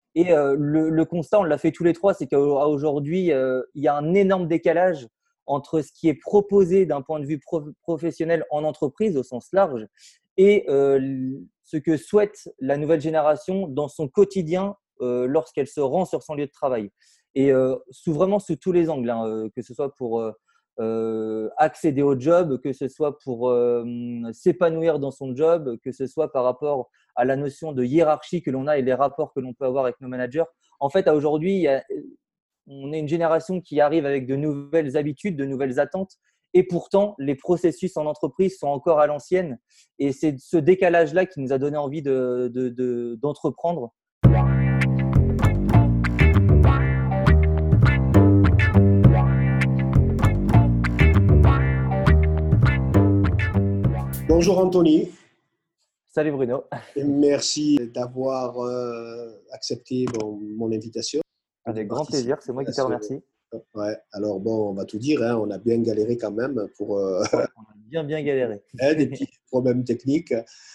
Et le constat, on l'a fait tous les trois, c'est qu'aujourd'hui, il y a un énorme décalage entre ce qui est proposé d'un point de vue professionnel en entreprise au sens large et ce que souhaite la nouvelle génération dans son quotidien lorsqu'elle se rend sur son lieu de travail. Et vraiment sous tous les angles, hein, que ce soit pour accéder au job, que ce soit pour s'épanouir dans son job, que ce soit par rapport à la notion de hiérarchie que l'on a et les rapports que l'on peut avoir avec nos managers. En fait, aujourd'hui, on est une génération qui arrive avec de nouvelles habitudes, de nouvelles attentes, et pourtant, les processus en entreprise sont encore à l'ancienne. Et c'est ce décalage-là qui nous a donné envie d'entreprendre. Bonjour Anthony, Salut Bruno. merci d'avoir accepté mon invitation de Avec grand participer plaisir, c'est moi qui à te ce… remercie. Ouais, alors bon, on va tout dire, hein, on a bien galéré quand même pour Ouais, on a bien galéré. des petits problèmes techniques.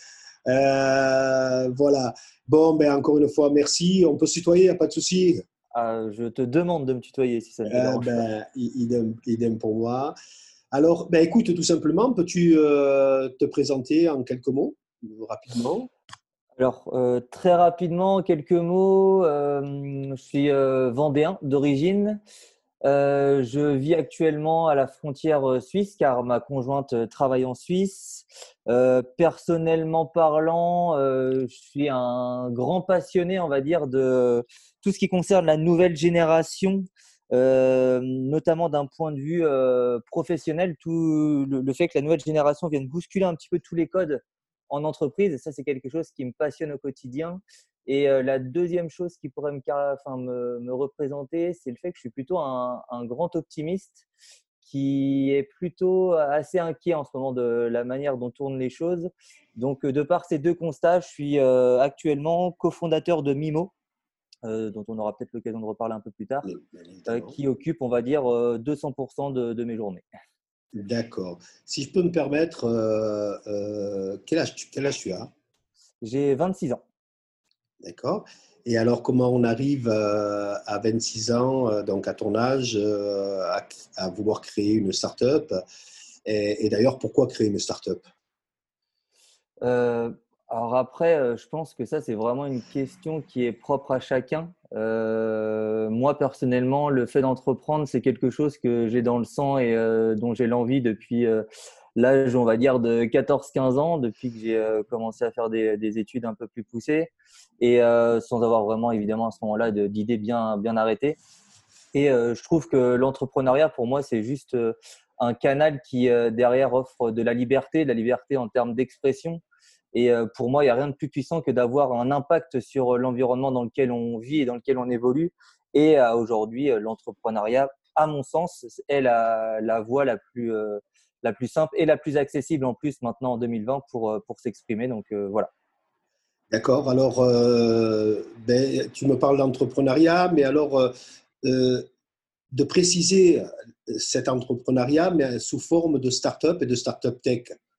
Voilà. Bon, ben encore une fois, merci. On peut se tutoyer, il n'y a pas de souci. Je te demande de me tutoyer si ça ne te dérange pas. Idem pour moi. Alors, ben écoute, tout simplement, peux-tu te présenter en quelques mots, rapidement? Alors, très rapidement, quelques mots. Je suis vendéen d'origine. Je vis actuellement à la frontière suisse car ma conjointe travaille en Suisse. Personnellement parlant, je suis un grand passionné, on va dire, de tout ce qui concerne la nouvelle génération, notamment d'un point de vue professionnel. Tout le fait que la nouvelle génération vienne bousculer un petit peu tous les codes en entreprise, et ça, c'est quelque chose qui me passionne au quotidien. Et la deuxième chose qui pourrait me représenter, c'est le fait que je suis plutôt un grand optimiste qui est plutôt assez inquiet en ce moment de la manière dont tournent les choses. Donc, de par ces deux constats, je suis actuellement cofondateur de Mimo, dont on aura peut-être l'occasion de reparler un peu plus tard, Bien évidemment. qui occupe, on va dire, 200% de mes journées. D'accord. Si je peux me permettre, quel âge tu as? J'ai 26 ans. D'accord. Et alors, comment on arrive à 26 ans, donc à ton âge, à vouloir créer une start-up? Et d'ailleurs, pourquoi créer une start-up? Euh, alors après, je pense que ça, c'est vraiment une question qui est propre à chacun. Moi, personnellement, le fait d'entreprendre, c'est quelque chose que j'ai dans le sang et dont j'ai l'envie depuis l'âge, on va dire, de 14-15 ans, depuis que j'ai commencé à faire des études un peu plus poussées et sans avoir vraiment, évidemment, à ce moment-là, d'idées bien arrêtées. Et je trouve que l'entrepreneuriat, pour moi, c'est juste un canal qui, derrière, offre de la liberté en termes d'expression. Et pour moi, il n'y a rien de plus puissant que d'avoir un impact sur l'environnement dans lequel on vit et dans lequel on évolue. Et aujourd'hui, l'entrepreneuriat, à mon sens, est la voie la plus simple et la plus accessible en plus maintenant en 2020 pour s'exprimer. Donc voilà. D'accord. Alors, ben, tu me parles d'entrepreneuriat, mais alors, euh, de préciser cet entrepreneuriat, mais sous forme de start-up et de start-up tech.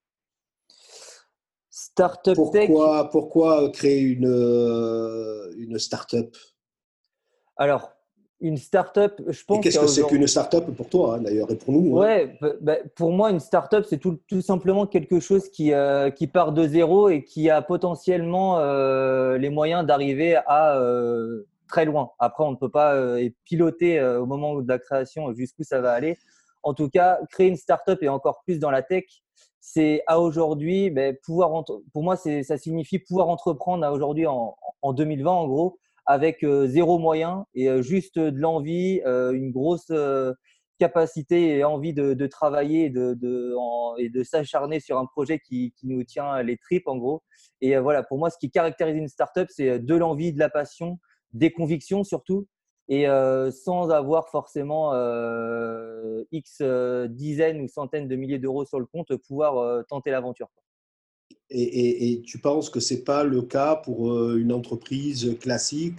Startup Tech, Pourquoi créer une start-up? alors une startup, je Et pense qu'est-ce que c'est qu'une qu'aujourd'hui, start-up pour toi, hein, d'ailleurs, et pour nous, hein? ouais, pour moi, une startup, c'est tout simplement quelque chose qui part de zéro et qui a potentiellement les moyens d'arriver à très loin. Après, on ne peut pas piloter au moment de la création jusqu'où ça va aller. En tout cas, créer une startup et encore plus dans la tech, c'est à aujourd'hui, pour moi, ça signifie pouvoir entreprendre à aujourd'hui en 2020, en gros, avec zéro moyen et juste de l'envie, une grosse capacité et envie de travailler et de s'acharner sur un projet qui nous tient les tripes en gros. Et voilà, pour moi, ce qui caractérise une startup, c'est de l'envie, de la passion, des convictions surtout, et sans avoir forcément X dizaines ou centaines de milliers d'euros sur le compte, pouvoir tenter l'aventure. Et tu penses que ce n'est pas le cas pour une entreprise classique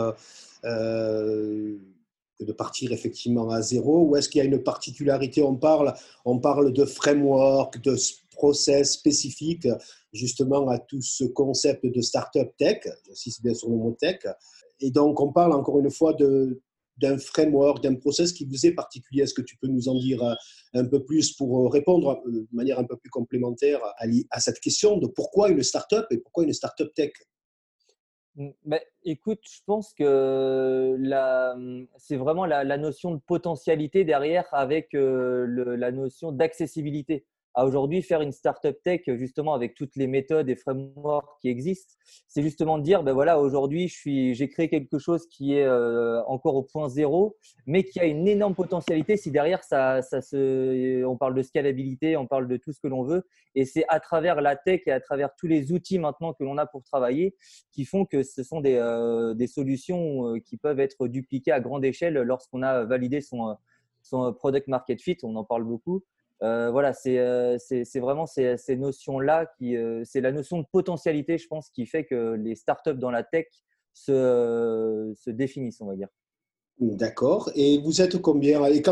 euh, que de partir effectivement à zéro? Ou est-ce qu'il y a une particularité? On parle de framework, de process spécifique justement à tout ce concept de startup tech, j'insiste bien sur le mot tech. et donc, on parle encore une fois d'un framework, d'un process qui vous est particulier. Est-ce que tu peux nous en dire un peu plus pour répondre de manière un peu plus complémentaire à cette question de pourquoi une startup et pourquoi une startup tech? Écoute, je pense que c'est vraiment la notion de potentialité derrière avec la notion d'accessibilité. À aujourd'hui, faire une startup tech, justement, avec toutes les méthodes et frameworks qui existent, c'est justement de dire, ben voilà, aujourd'hui, j'ai créé quelque chose qui est encore au point zéro, mais qui a une énorme potentialité si derrière, on parle de scalabilité, on parle de tout ce que l'on veut. Et c'est à travers la tech et à travers tous les outils maintenant que l'on a pour travailler qui font que ce sont des solutions qui peuvent être dupliquées à grande échelle lorsqu'on a validé son product market fit. On en parle beaucoup. Voilà, c'est vraiment ces notions-là c'est la notion de potentialité, je pense, qui fait que les startups dans la tech se définissent, on va dire. D'accord. Et vous êtes combien? Et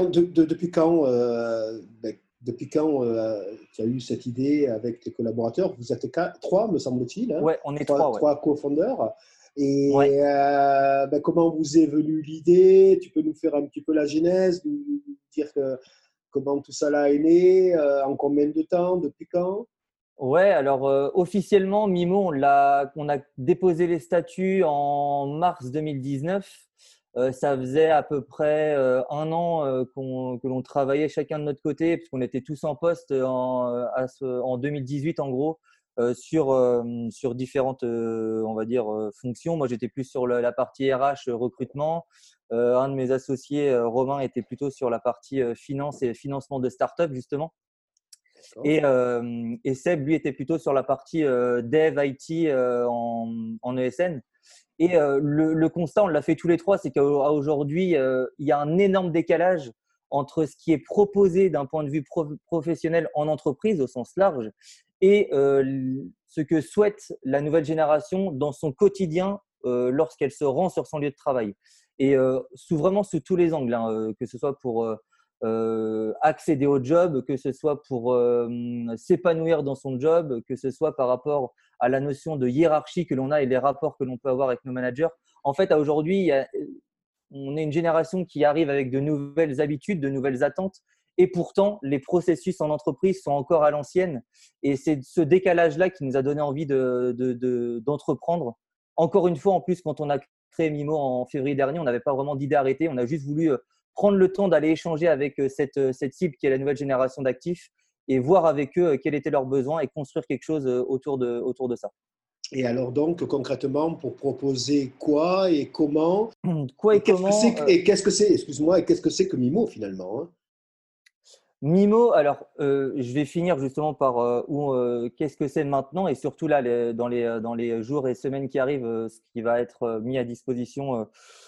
depuis quand tu as eu cette idée avec tes collaborateurs? Vous êtes trois, me semble-t-il, hein? Ouais, on est trois, ouais. Trois co-founders. Ouais. Et comment vous est venue l'idée? Tu peux nous faire un petit peu la genèse, nous dire comment tout ça là est né, en combien de temps, depuis quand? Ouais, alors officiellement, Mimo, on a déposé les statuts en mars 2019. Ça faisait à peu près un an que l'on travaillait chacun de notre côté, puisqu'on était tous en poste en 2018 en gros, sur différentes, on va dire, fonctions. Moi, j'étais plus sur la partie RH, recrutement. Un de mes associés, Romain, était plutôt sur la partie finance et financement de start-up, justement. D'accord. Et Seb, lui, était plutôt sur la partie dev IT en ESN. Et le constat, on l'a fait tous les trois, c'est qu'aujourd'hui, il y a un énorme décalage entre ce qui est proposé d'un point de vue professionnel en entreprise au sens large et ce que souhaite la nouvelle génération dans son quotidien lorsqu'elle se rend sur son lieu de travail. Et vraiment sous tous les angles, hein, que ce soit pour accéder au job, que ce soit pour s'épanouir dans son job, que ce soit par rapport à la notion de hiérarchie que l'on a et les rapports que l'on peut avoir avec nos managers. En fait, à aujourd'hui, on est une génération qui arrive avec de nouvelles habitudes, de nouvelles attentes. Et pourtant, les processus en entreprise sont encore à l'ancienne. Et c'est ce décalage-là qui nous a donné envie d'entreprendre. Encore une fois, en plus, quand on a créé Mimo en février dernier, on n'avait pas vraiment d'idée arrêtée. On a juste voulu prendre le temps d'aller échanger avec cette cible qui est la nouvelle génération d'actifs et voir avec eux quels étaient leurs besoins et construire quelque chose autour de ça. Et alors donc, concrètement, pour proposer quoi et comment? Quoi Et et comment qu'est-ce que c'est, excuse-moi, et qu'est-ce que c'est que Mimo finalement, hein? Mimo, alors je vais finir justement par qu'est-ce que c'est maintenant et surtout là dans les jours et semaines qui arrivent, ce qui va être mis à disposition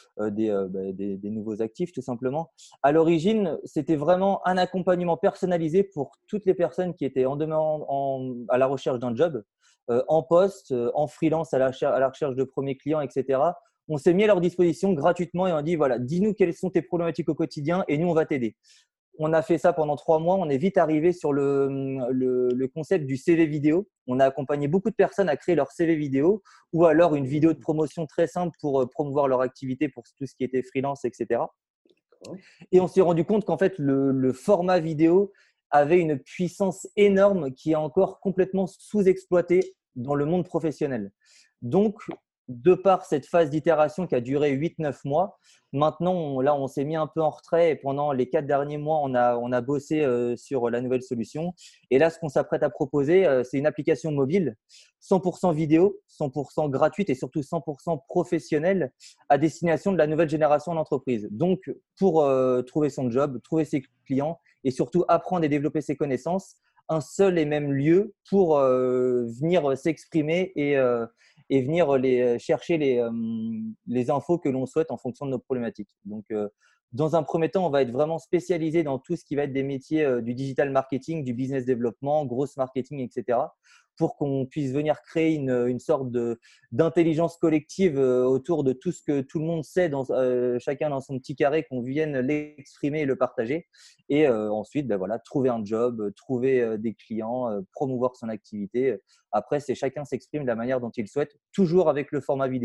des nouveaux actifs tout simplement. À l'origine, c'était vraiment un accompagnement personnalisé pour toutes les personnes qui étaient à la recherche d'un job, en poste, en freelance à la recherche de premiers clients, etc. On s'est mis à leur disposition gratuitement et on dit voilà, dis-nous quelles sont tes problématiques au quotidien et nous on va t'aider. On a fait ça pendant 3 mois. On est vite arrivé sur le concept du CV vidéo. On a accompagné beaucoup de personnes à créer leur CV vidéo ou alors une vidéo de promotion très simple pour promouvoir leur activité pour tout ce qui était freelance, etc. Et on s'est rendu compte qu'en fait, le format vidéo avait une puissance énorme qui est encore complètement sous-exploitée dans le monde professionnel. Donc, de par cette phase d'itération qui a duré 8-9 mois, maintenant, on s'est mis un peu en retrait et pendant les 4 derniers mois, on a bossé sur la nouvelle solution. Et là, ce qu'on s'apprête à proposer, c'est une application mobile 100% vidéo, 100% gratuite et surtout 100% professionnelle à destination de la nouvelle génération d'entreprise. Donc, pour trouver son job, trouver ses clients et surtout apprendre et développer ses connaissances, un seul et même lieu pour venir s'exprimer et venir chercher les infos que l'on souhaite en fonction de nos problématiques. Donc, dans un premier temps, on va être vraiment spécialisé dans tout ce qui va être des métiers du digital marketing, du business développement, gross marketing, etc. pour qu'on puisse venir créer une sorte d'intelligence collective autour de tout ce que tout le monde sait, chacun dans son petit carré, qu'on vienne l'exprimer et le partager. Et ensuite, ben voilà, trouver un job, trouver des clients, promouvoir son activité. Après, c'est chacun s'exprime de la manière dont il souhaite, toujours avec le format vidéo.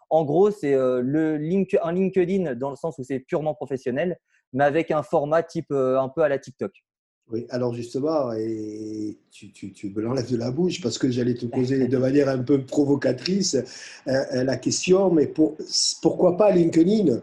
En gros, c'est un LinkedIn dans le sens où c'est purement professionnel, mais avec un format type un peu à la TikTok. Oui, alors justement, et tu me l'enlèves de la bouche parce que j'allais te poser de manière un peu provocatrice la question, mais pourquoi pas LinkedIn?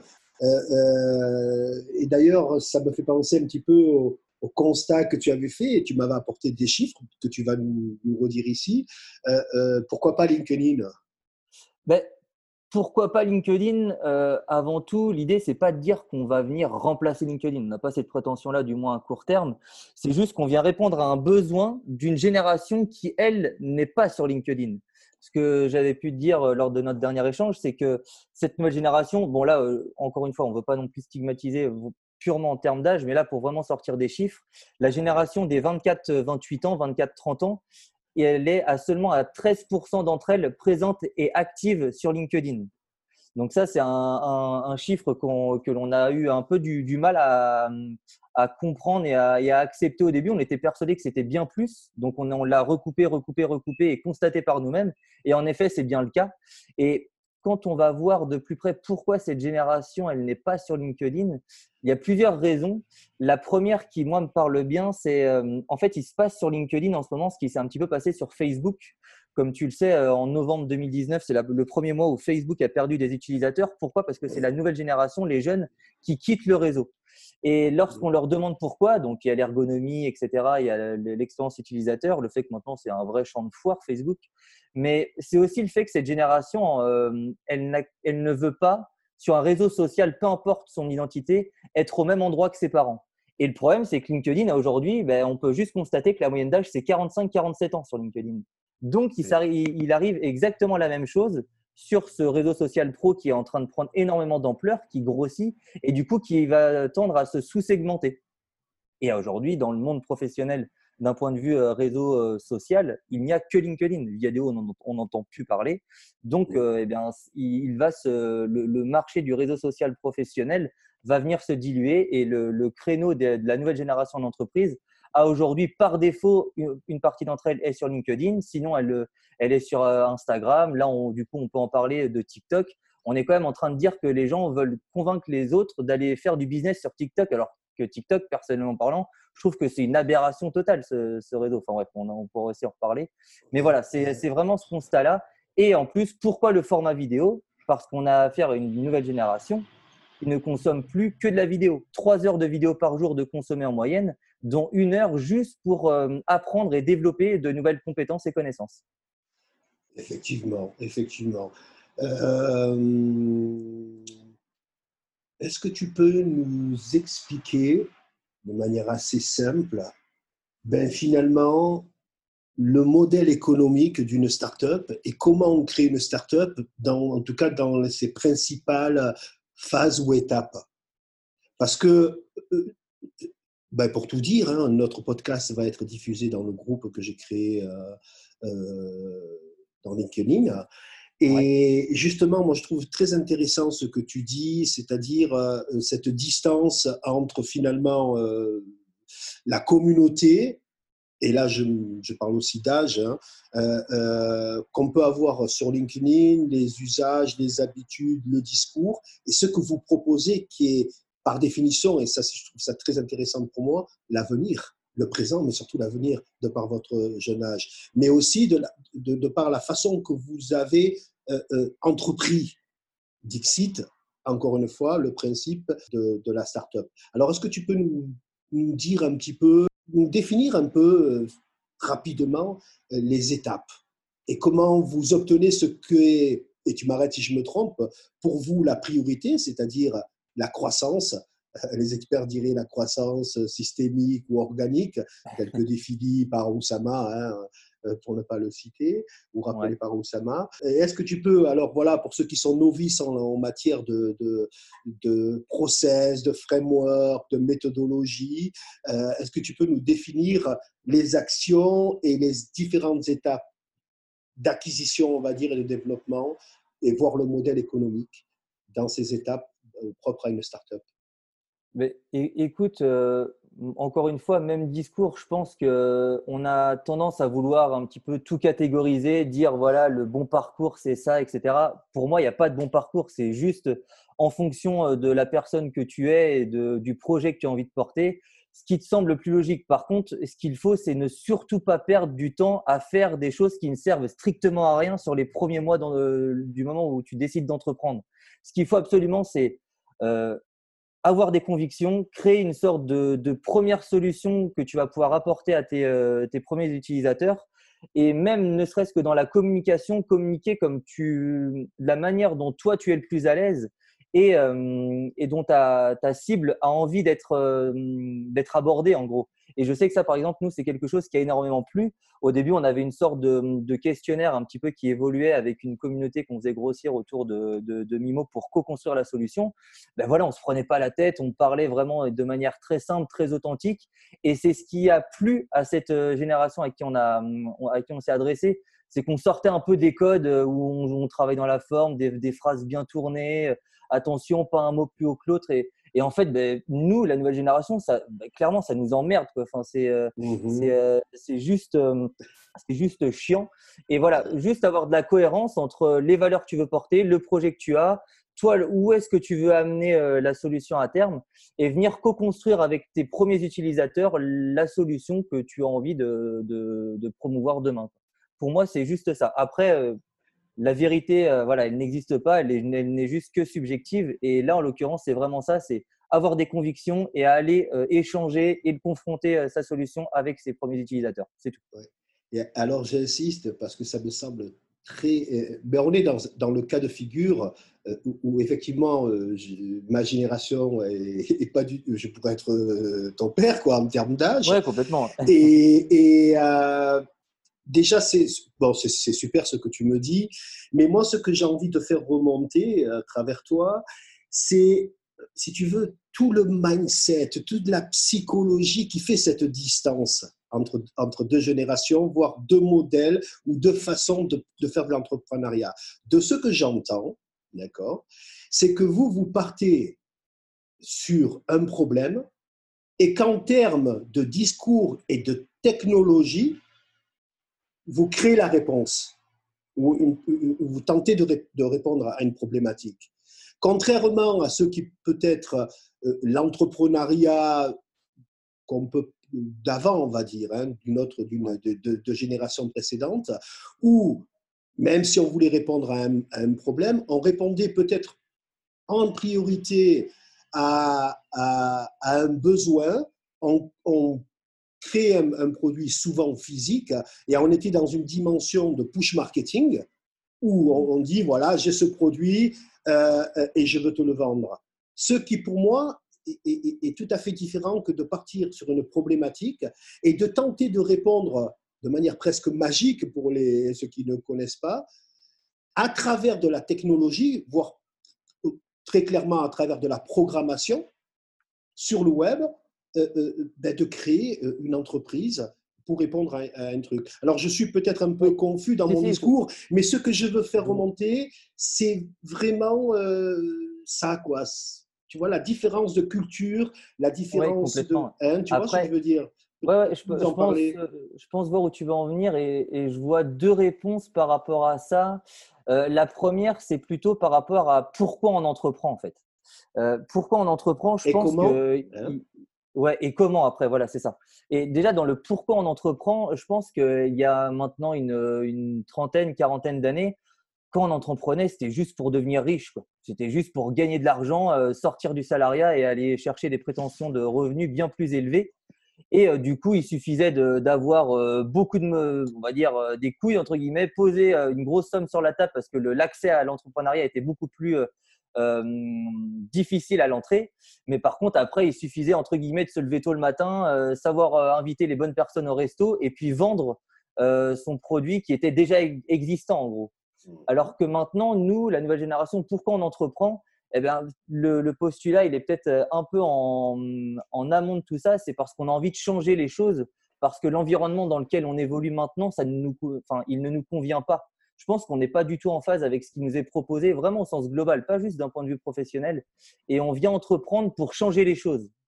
Et d'ailleurs, ça me fait penser un petit peu au constat que tu avais fait et tu m'avais apporté des chiffres que tu vas nous redire ici. Pourquoi pas LinkedIn? Ben, pourquoi pas LinkedIn? Avant tout, l'idée, c'est pas de dire qu'on va venir remplacer LinkedIn. On n'a pas cette prétention-là, du moins à court terme. C'est juste qu'on vient répondre à un besoin d'une génération qui, elle, n'est pas sur LinkedIn. Ce que j'avais pu te dire lors de notre dernier échange, c'est que cette nouvelle génération, bon là, encore une fois, on ne veut pas non plus stigmatiser purement en termes d'âge, mais là, pour vraiment sortir des chiffres, la génération des 24-28 ans, 24-30 ans, et elle est à seulement à 13% d'entre elles présentes et actives sur LinkedIn. Donc ça, c'est un chiffre que l'on a eu un peu du mal à comprendre et à accepter au début. On était persuadé que c'était bien plus. Donc on l'a recoupé et constaté par nous-mêmes. Et en effet, c'est bien le cas. Et quand on va voir de plus près pourquoi cette génération, elle n'est pas sur LinkedIn, il y a plusieurs raisons. La première qui, moi, me parle bien, c'est en fait, il se passe sur LinkedIn en ce moment ce qui s'est un petit peu passé sur Facebook. Comme tu le sais, en novembre 2019, c'est le premier mois où Facebook a perdu des utilisateurs. Pourquoi? Parce que c'est la nouvelle génération, les jeunes, qui quittent le réseau. Et lorsqu'on leur demande pourquoi, donc il y a l'ergonomie, etc., il y a l'expérience utilisateur, le fait que maintenant c'est un vrai champ de foire, Facebook, mais c'est aussi le fait que cette génération, elle ne veut pas, sur un réseau social, peu importe son identité, être au même endroit que ses parents. Et le problème, c'est que LinkedIn, aujourd'hui, ben, on peut juste constater que la moyenne d'âge, c'est 45-47 ans sur LinkedIn. Donc, il arrive exactement la même chose sur ce réseau social pro qui est en train de prendre énormément d'ampleur, qui grossit et du coup qui va tendre à se sous-segmenter. Et aujourd'hui, dans le monde professionnel, d'un point de vue réseau social, il n'y a que LinkedIn. Viadeo, on n'entend plus parler. Donc, eh bien, le marché du réseau social professionnel va venir se diluer et le créneau de la nouvelle génération d'entreprises a aujourd'hui, par défaut, une partie d'entre elles est sur LinkedIn. Sinon, elle est sur Instagram. Là, du coup, on peut en parler de TikTok. On est quand même en train de dire que les gens veulent convaincre les autres d'aller faire du business sur TikTok, alors que TikTok, personnellement parlant, je trouve que c'est une aberration totale, ce réseau. Enfin bref, on pourra aussi en reparler. Mais voilà, c'est vraiment ce constat-là. Et en plus, pourquoi le format vidéo? Parce qu'on a affaire à une nouvelle génération qui ne consomme plus que de la vidéo. 3 heures de vidéo par jour de consommer en moyenne, dont 1 heure juste pour apprendre et développer de nouvelles compétences et connaissances. Effectivement, effectivement. Euh, Est-ce que tu peux nous expliquer de manière assez simple, ben finalement, le modèle économique d'une start-up et comment on crée une start-up, en tout cas dans ses principales phases ou étapes? Parce que, ben pour tout dire, hein, notre podcast va être diffusé dans le groupe que j'ai créé dans LinkedIn. Ouais. Et justement, moi, je trouve très intéressant ce que tu dis, c'est-à-dire cette distance entre finalement la communauté, et là je parle aussi d'âge, hein, qu'on peut avoir sur LinkedIn, les usages, les habitudes, le discours, et ce que vous proposez qui est par définition, et ça je trouve ça très intéressant pour moi, l'avenir, le présent, mais surtout l'avenir de par votre jeune âge, mais aussi de par la façon que vous avez entrepris, Dixit, encore une fois, le principe de la start-up. Alors, est-ce que tu peux nous dire un petit peu, nous définir un peu rapidement les étapes et comment vous obtenez ce que est, et tu m'arrêtes si je me trompe, pour vous la priorité, c'est-à-dire la croissance, les experts diraient la croissance systémique ou organique, telle que définie par Oussama, hein, pour ne pas le citer, ou Ouais. rappelé par Oussama. Est-ce que tu peux, alors voilà, pour ceux qui sont novices en matière de process, de framework, de méthodologie, est-ce que tu peux nous définir les actions et les différentes étapes d'acquisition, on va dire, et de développement, et voir le modèle économique dans ces étapes propres à une start-up? Mais écoute, encore une fois, même discours, je pense qu'on a tendance à vouloir un petit peu tout catégoriser, dire voilà, le bon parcours, c'est ça, etc. Pour moi, il n'y a pas de bon parcours, c'est juste en fonction de la personne que tu es et du projet que tu as envie de porter, ce qui te semble le plus logique. Par contre, ce qu'il faut, c'est ne surtout pas perdre du temps à faire des choses qui ne servent strictement à rien sur les premiers mois du moment où tu décides d'entreprendre. Ce qu'il faut absolument, c'est euh, avoir des convictions, créer une sorte de première solution que tu vas pouvoir apporter à tes premiers utilisateurs. Et même ne serait-ce que dans la communication, communiquer la manière dont toi tu es le plus à l'aise et dont ta cible a envie d'être abordée en gros. Et je sais que ça, par exemple, nous, c'est quelque chose qui a énormément plu. Au début, on avait une sorte de questionnaire un petit peu qui évoluait avec une communauté qu'on faisait grossir autour de Mimo pour co-construire la solution. Ben voilà, on se prenait pas la tête, on parlait vraiment de manière très simple, très authentique. Et c'est ce qui a plu à cette génération à qui on s'est adressé. C'est qu'on sortait un peu des codes où on travaille dans la forme, des phrases bien tournées, attention, pas un mot plus haut que l'autre. Et en fait, ben, nous, la nouvelle génération, clairement, ça nous emmerde, quoi. Enfin, Mhm. c'est juste chiant. Et voilà, juste avoir de la cohérence entre les valeurs que tu veux porter, le projet que tu as, toi, où est-ce que tu veux amener la solution à terme et venir co-construire avec tes premiers utilisateurs la solution que tu as envie de promouvoir demain. Pour moi, c'est juste ça. Après, la vérité, voilà, elle n'existe pas, elle n'est juste que subjective. Et là, en l'occurrence, c'est vraiment ça, c'est avoir des convictions et aller échanger et confronter sa solution avec ses premiers utilisateurs. C'est tout. Ouais. Et alors, j'insiste parce que ça me semble très. Ben, on est dans le cas de figure où effectivement, ma génération est pas du. Je pourrais être ton père, quoi, en termes d'âge. Ouais, complètement. Et déjà, c'est super ce que tu me dis. Mais moi, ce que j'ai envie de faire remonter à travers toi, c'est, si tu veux, tout le mindset, toute la psychologie qui fait cette distance entre deux générations, voire deux modèles ou deux façons de faire de l'entrepreneuriat. De ce que j'entends, d'accord, c'est que vous partez sur un problème et qu'en termes de discours et de technologie, vous créez la réponse ou vous tentez de répondre à une problématique. Contrairement à ce qui peut être l'entrepreneuriat qu'on peut d'avant, on va dire, hein, de génération précédente, où même si on voulait répondre à un problème, on répondait peut-être en priorité à un besoin, on créer un produit souvent physique et on était dans une dimension de push marketing où on dit voilà, j'ai ce produit et je veux te le vendre. Ce qui pour moi est tout à fait différent que de partir sur une problématique et de tenter de répondre de manière presque magique pour ceux qui ne connaissent pas, à travers de la technologie, voire très clairement à travers de la programmation sur le web, de créer une entreprise pour répondre à un truc. Alors, je suis peut-être un peu Oui, confus dans si, mon si, discours, mais ce que je veux faire je- remonter, c'est vraiment ça, quoi. Tu vois, la différence de culture, la ouais, différence de… complètement. Hein, tu vois ce que je Après, veux dire? ouais, ouais, Peut-être nous en parler. je pense voir où tu veux en venir et je vois deux réponses par rapport à ça. La première, c'est plutôt par rapport à pourquoi on entreprend en fait. Pourquoi on entreprend, je Et pense comment? que Hein? ouais, et comment après, voilà, c'est ça. Et déjà dans le pourquoi on entreprend, je pense qu'il y a maintenant une trentaine, quarantaine d'années, quand on entreprenait, c'était juste pour devenir riche, quoi. C'était juste pour gagner de l'argent, sortir du salariat et aller chercher des prétentions de revenus bien plus élevées. Et du coup, il suffisait d'avoir beaucoup on va dire, des couilles, entre guillemets, poser une grosse somme sur la table parce que l'accès à l'entrepreneuriat était beaucoup plus euh, difficile à l'entrée. Mais par contre, après, il suffisait, entre guillemets, de se lever tôt le matin, savoir inviter les bonnes personnes au resto et puis vendre son produit qui était déjà existant, en gros. Alors que maintenant, nous, la nouvelle génération, pourquoi on entreprend? Eh bien, le postulat, il est peut-être un peu en amont de tout ça. C'est parce qu'on a envie de changer les choses, parce que l'environnement dans lequel on évolue maintenant, il ne nous convient pas. Je pense qu'on n'est pas du tout en phase avec ce qui nous est proposé, vraiment au sens global, pas juste d'un point de vue professionnel. Et on vient entreprendre pour changer les choses.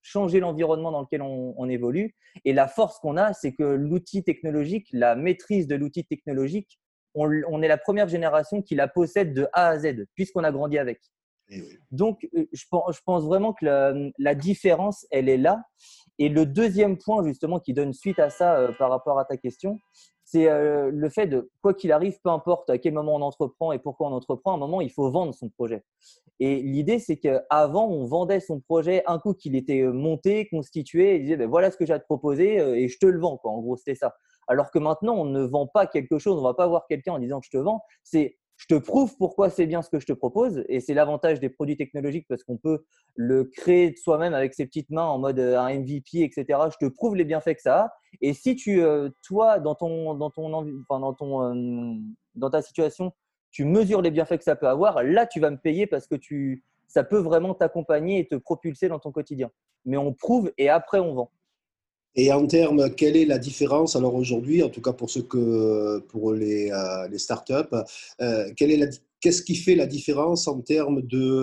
changer l'environnement dans lequel on évolue. Et la force qu'on a, c'est que l'outil technologique, la maîtrise de l'outil technologique, on est la première génération qui la possède de A à Z, puisqu'on a grandi avec. Eh oui. Donc, je pense vraiment que la différence, elle est là. Et le deuxième point, justement, qui donne suite à ça par rapport à ta question, c'est le fait de, quoi qu'il arrive, peu importe à quel moment on entreprend et pourquoi on entreprend, à un moment, il faut vendre son projet. Et l'idée, c'est qu'avant, on vendait son projet un coup qu'il était monté, constitué, et disait, ben, voilà ce que j'ai à te proposer et je te le vends, quoi. En gros, c'était ça. Alors que maintenant, on ne vend pas quelque chose, on ne va pas voir quelqu'un en disant que je te vends. C'est je te prouve pourquoi c'est bien ce que je te propose. Et c'est l'avantage des produits technologiques parce qu'on peut le créer de soi-même avec ses petites mains en mode un MVP, etc. Je te prouve les bienfaits que ça a. Et si toi, dans ta situation, tu mesures les bienfaits que ça peut avoir, là, tu vas me payer parce que ça peut vraiment t'accompagner et te propulser dans ton quotidien. Mais on prouve et après, on vend. Et en termes, quelle est la différence alors aujourd'hui, en tout cas pour les startups, qu'est-ce qui fait la différence en termes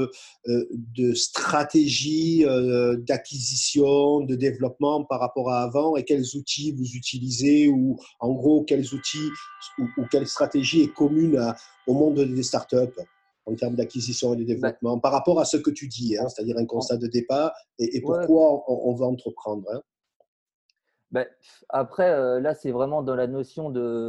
de stratégie d'acquisition, de développement par rapport à avant et quels outils vous utilisez ou en gros quels outils ou quelle stratégie est commune au monde des startups en termes d'acquisition et de Bah, développement par rapport à ce que tu dis, hein, c'est-à-dire un en- constat de départ et ouais, pourquoi on va entreprendre, hein. Ben, après, là, c'est vraiment dans la notion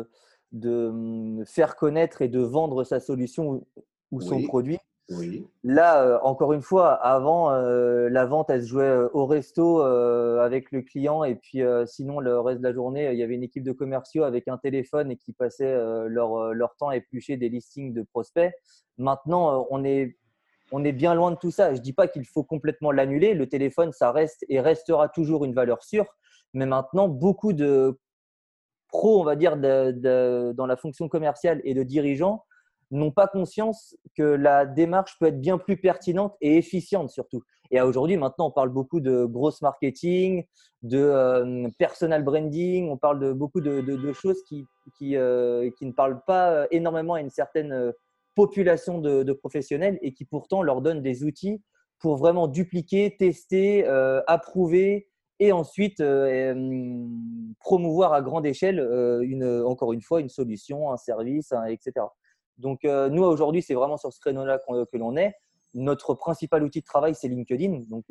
de faire connaître et de vendre sa solution ou son Oui, produit. oui, Là, encore une fois, avant, la vente, elle se jouait au resto avec le client et puis sinon, le reste de la journée, il y avait une équipe de commerciaux avec un téléphone et qui passaient leur temps à éplucher des listings de prospects. Maintenant, on est bien loin de tout ça. Je ne dis pas qu'il faut complètement l'annuler. Le téléphone, ça reste et restera toujours une valeur sûre. Mais maintenant, beaucoup de pros, on va dire, dans la fonction commerciale et de dirigeants n'ont pas conscience que la démarche peut être bien plus pertinente et efficiente surtout. Et aujourd'hui, maintenant, on parle beaucoup de gross marketing, de personal branding, on parle de beaucoup de choses qui ne parlent pas énormément à une certaine population de professionnels et qui pourtant leur donnent des outils pour vraiment dupliquer, tester, approuver et ensuite promouvoir à grande échelle encore une fois une solution, un service, etc. Donc nous aujourd'hui c'est vraiment sur ce créneau-là que l'on est. Notre principal outil de travail c'est LinkedIn. Donc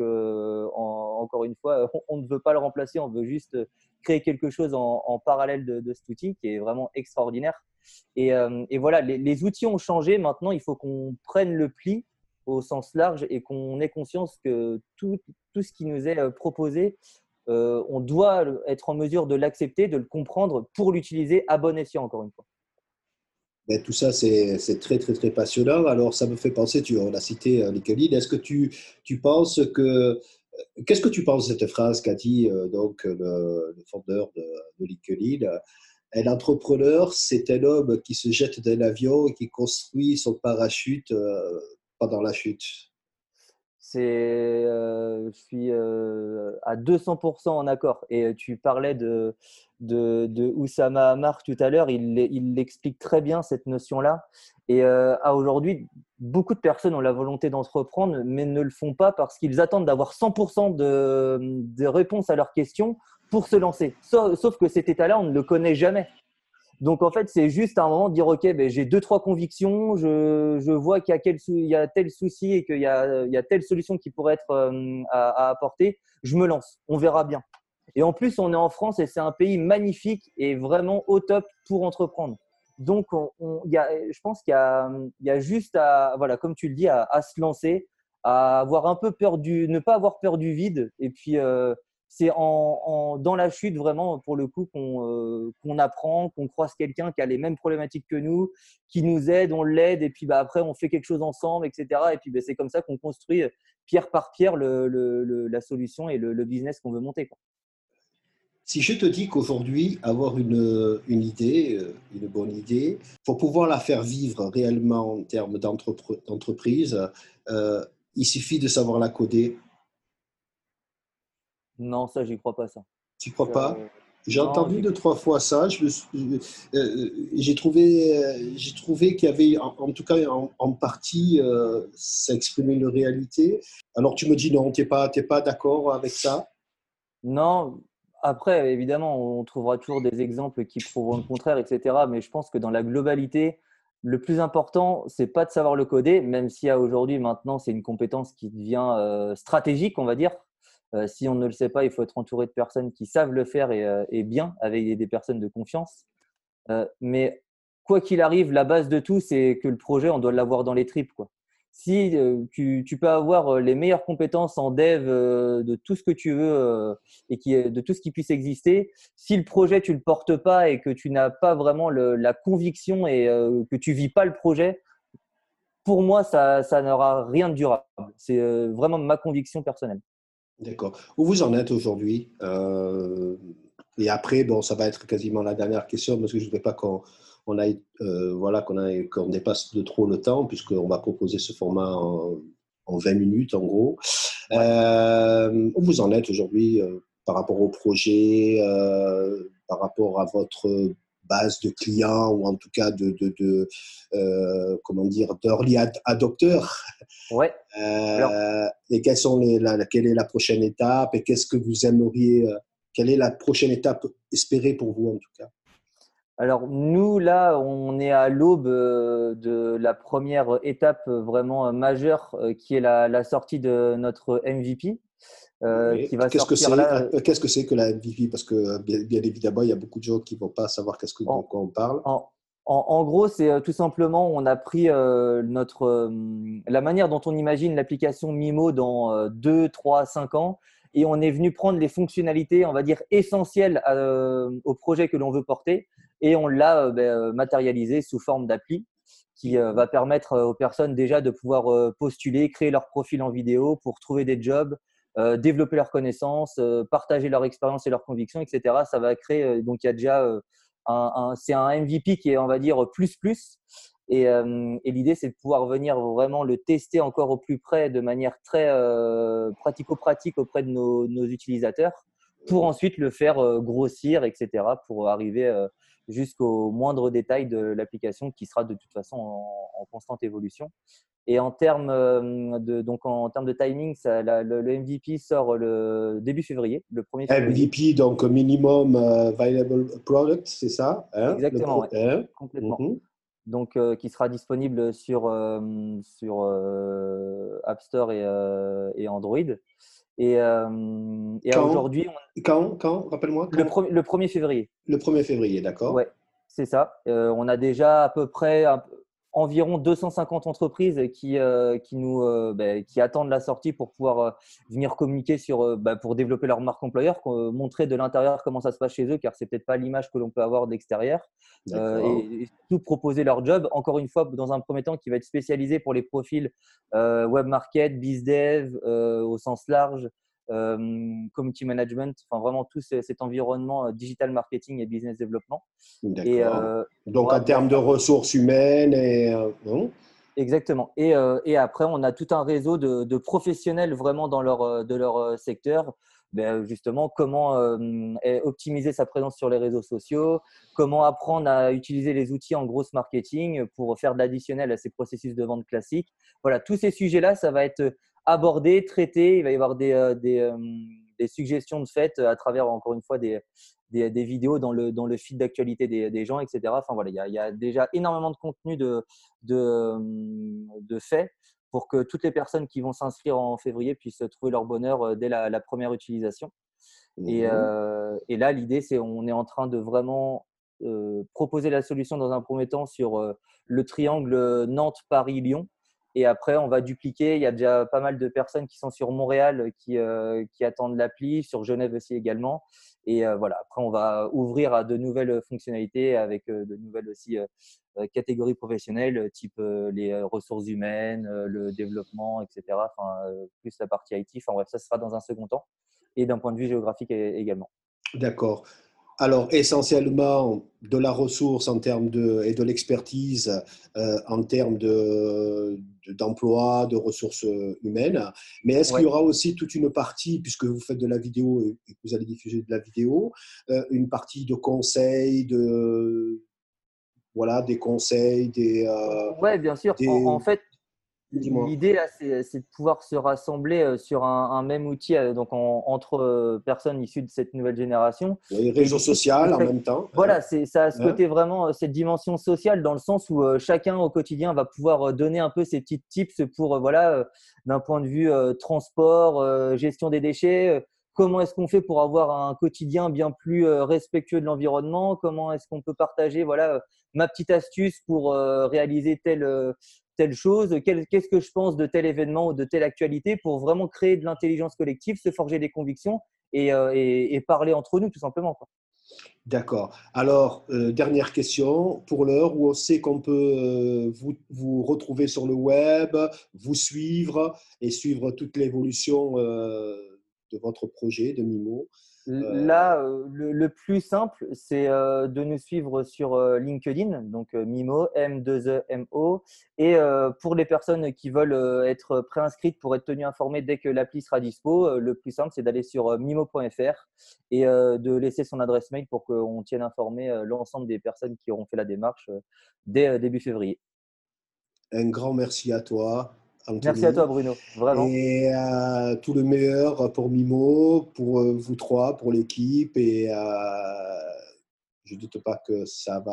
encore une fois on ne veut pas le remplacer, on veut juste créer quelque chose en parallèle de cet outil qui est vraiment extraordinaire. Et voilà, les outils ont changé. Maintenant il faut qu'on prenne le pli au sens large et qu'on ait conscience que tout ce qui nous est proposé, on doit être en mesure de l'accepter, de le comprendre pour l'utiliser à bon escient, encore une fois. ben, tout ça, c'est très, très, très passionnant. Alors, ça me fait penser, on a cité LinkedIn. Est-ce que tu penses que. Qu'est-ce que tu penses de cette phrase qu'a dit donc le fondeur de LinkedIn? Un entrepreneur, c'est un homme qui se jette d'un avion et qui construit son parachute pendant la chute. Je suis à 200% en accord. Et tu parlais de Oussama Ammar tout à l'heure, il l'explique très bien cette notion-là. Et à aujourd'hui, beaucoup de personnes ont la volonté d'entreprendre, mais ne le font pas parce qu'ils attendent d'avoir 100% de réponses à leurs questions pour se lancer. Sauf que cet état-là, on ne le connaît jamais. Donc, en fait, c'est juste à un moment de dire, OK, ben, j'ai deux, trois convictions, je vois il y a tel souci et qu'il y a telle solution qui pourrait être à apporter, je me lance, on verra bien. Et en plus, on est en France et c'est un pays magnifique et vraiment au top pour entreprendre. Donc, je pense il y a juste voilà, comme tu le dis, à se lancer, à avoir un peu ne pas avoir peur du vide et puis c'est dans la chute vraiment pour le coup qu'on apprend, qu'on croise quelqu'un qui a les mêmes problématiques que nous, qui nous aide, on l'aide et puis bah, après on fait quelque chose ensemble, etc. Et puis bah, c'est comme ça qu'on construit pierre par pierre la solution et le business qu'on veut monter, quoi. Si je te dis qu'aujourd'hui, avoir une idée, une bonne idée, pour pouvoir la faire vivre réellement en termes d'entreprise, euh, il suffit de savoir la coder. Non, ça, j'y crois pas, ça. Tu ne crois Ça, pas? J'ai Non, entendu deux, trois fois ça. J'ai trouvé qu'il y avait, en tout cas en partie, ça exprimait une réalité. Alors tu me dis non, t'es pas d'accord avec ça? non, après, évidemment, on trouvera toujours des exemples qui prouveront le contraire, etc. Mais je pense que dans la globalité, le plus important, c'est pas de savoir le coder, même si à aujourd'hui, maintenant, c'est une compétence qui devient stratégique, on va dire. Si on ne le sait pas, il faut être entouré de personnes qui savent le faire et bien, avec des personnes de confiance. Mais quoi qu'il arrive, la base de tout, c'est que le projet, on doit l'avoir dans les tripes, quoi. Si tu peux avoir les meilleures compétences en dev de tout ce que tu veux de tout ce qui puisse exister, si le projet tu le portes pas et que tu n'as pas vraiment la conviction et que tu vis pas le projet, pour moi ça n'aura rien de durable. C'est vraiment ma conviction personnelle. D'accord. Où vous en êtes aujourd'hui? Et après, bon, ça va être quasiment la dernière question parce que je ne voudrais pas qu'on aille, voilà, qu'on dépasse de trop le temps puisqu'on va proposer ce format en 20 minutes en gros. Ouais. Où vous en êtes aujourd'hui par rapport au projet, par rapport à votre base de clients ou en tout cas comment dire, d'early adopteurs? Ouais. Alors Et quelle est la prochaine étape et qu'est-ce que vous aimeriez, quelle est la prochaine étape espérée pour vous en tout cas? Alors nous, là, on est à l'aube de la première étape vraiment majeure qui est la sortie de notre MVP Oui. qui va sortir là Qu'est-ce que c'est que la MVP? Parce que bien évidemment, il y a beaucoup de gens qui vont pas savoir de en, quoi on parle. en, en gros, c'est tout simplement, on a pris la manière dont on imagine l'application Mimo dans 2, 3, 5 ans et on est venu prendre les fonctionnalités, on va dire, essentielles au projet que l'on veut porter et on l'a matérialisé sous forme d'appli qui Mhm. va permettre aux personnes déjà de pouvoir postuler, créer leur profil en vidéo pour trouver des jobs, développer leurs connaissances, partager leur expérience et leurs convictions, etc. Ça va créer, donc il y a déjà c'est un MVP qui est, on va dire, plus plus. Et l'idée, c'est de pouvoir venir vraiment le tester encore au plus près de manière très pratico-pratique auprès de nos utilisateurs pour ensuite le faire grossir, etc., pour arriver jusqu'au moindre détail de l'application qui sera de toute façon en constante évolution. Et en termes de timing, le MVP sort le début février, le 1er février. MVP, donc minimum viable product, c'est ça, hein, Exactement, ouais, hein? complètement. Mhm. Donc qui sera disponible sur App Store et Android. Et Quand, aujourd'hui, rappelle-moi, quand? le 1er février. Le 1er février, d'accord? Ouais, c'est ça. On a déjà à peu près environ 250 entreprises qui attendent la sortie pour pouvoir venir communiquer pour développer leur marque employeur, montrer de l'intérieur comment ça se passe chez eux, car c'est peut-être pas l'image que l'on peut avoir de l'extérieur, D'accord. et surtout proposer leur job. Encore une fois, dans un premier temps, qui va être spécialisé pour les profils web market, biz dev au sens large, community management, enfin vraiment tout cet environnement digital marketing et business développement. Et D'accord. pour Donc, en termes de faire ressources humaines non. exactement. Et après, on a tout un réseau de professionnels vraiment de leur secteur. Justement, comment optimiser sa présence sur les réseaux sociaux, comment apprendre à utiliser les outils en grosse marketing pour faire de l'additionnel à ces processus de vente classiques. Voilà, tous ces sujets-là, ça va être abordé, traité. Il va y avoir des suggestions de fait à travers, encore une fois, des vidéos dans le feed d'actualité des gens, etc. Enfin, voilà, il y a déjà énormément de contenu de fait pour que toutes les personnes qui vont s'inscrire en février puissent trouver leur bonheur dès la première utilisation. Mhm. Et là, l'idée, c'est on est en train de vraiment proposer la solution dans un premier temps sur le triangle Nantes-Paris-Lyon. Et après, on va dupliquer. Il y a déjà pas mal de personnes qui sont sur Montréal qui attendent l'appli, sur Genève aussi également. Et voilà, après, on va ouvrir à de nouvelles fonctionnalités avec de nouvelles aussi catégories professionnelles, type les ressources humaines, le développement, etc. Enfin, plus la partie IT. Enfin bref, ça sera dans un second temps et d'un point de vue géographique également. D'accord. Alors, essentiellement de la ressource en termes et de l'expertise en termes d'emploi, de ressources humaines. Mais est-ce qu'il y Ouais. aura aussi toute une partie, puisque vous faites de la vidéo et que vous allez diffuser de la vidéo, une partie de conseils, voilà, des conseils, Ouais, bien sûr. En des fait, dis-moi, l'idée là, c'est de pouvoir se rassembler sur un même outil, donc entre personnes issues de cette nouvelle génération. les Et réseaux l'idée, sociaux ce en serait, même temps, hein, voilà, ça a ce hein. côté vraiment, cette dimension sociale dans le sens où chacun au quotidien va pouvoir donner un peu ses petits tips pour, voilà, d'un point de vue transport, gestion des déchets. Comment est-ce qu'on fait pour avoir un quotidien bien plus respectueux de l'environnement? Comment est-ce qu'on peut partager, voilà, ma petite astuce pour réaliser telle chose, qu'est-ce que je pense de tel événement ou de telle actualité pour vraiment créer de l'intelligence collective, se forger des convictions et parler entre nous tout simplement, quoi. D'accord. Alors, dernière question. Pour l'heure, où on sait qu'on peut vous retrouver sur le web, vous suivre et suivre toute l'évolution de votre projet de Mimo. Euh, Là, le plus simple, c'est de nous suivre sur LinkedIn, donc Mimo, M2EMO. Et pour les personnes qui veulent être préinscrites pour être tenues informées dès que l'appli sera dispo, le plus simple, c'est d'aller sur mimo.fr et de laisser son adresse mail pour qu'on tienne informé l'ensemble des personnes qui auront fait la démarche dès début février. un grand merci à toi, Merci à toi, Anthony. Bruno. Vraiment. Et tout le meilleur pour Mimo, pour vous trois, pour l'équipe. Et je ne doute pas que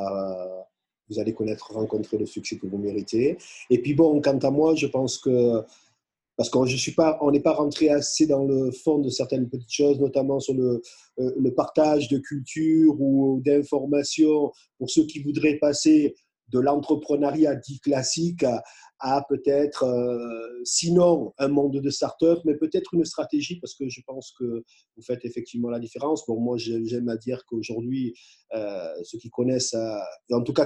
vous allez rencontrer le succès que vous méritez. Et puis bon, quant à moi, je pense que parce qu'on on n'est pas rentré assez dans le fond de certaines petites choses, notamment sur le partage de culture ou d'informations pour ceux qui voudraient passer de l'entrepreneuriat dit classique à peut-être, sinon un monde de start-up, mais peut-être une stratégie, parce que je pense que vous faites effectivement la différence. Bon, moi, j'aime à dire qu'aujourd'hui, ceux qui connaissent, en tout cas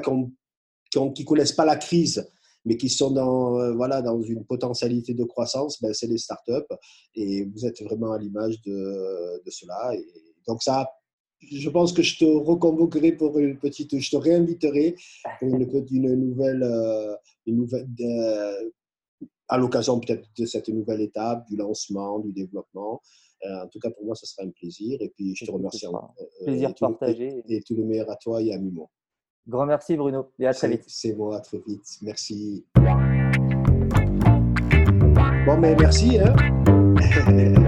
qui connaissent pas la crise, mais qui sont voilà, dans une potentialité de croissance, ben, c'est les startups. Et vous êtes vraiment à l'image de cela. Et donc ça, je pense que je te reconvoquerai pour je te réinviterai pour une nouvelle à l'occasion peut-être de cette nouvelle étape, du lancement, du développement. En tout cas, pour moi, ce sera un plaisir. Et puis, je te Ce remercie sera un plaisir partagé. et tout le meilleur à toi et à Mimo. Grand merci, Bruno, et à très vite. C'est moi, à très vite. Merci. Bon, mais merci. Hein.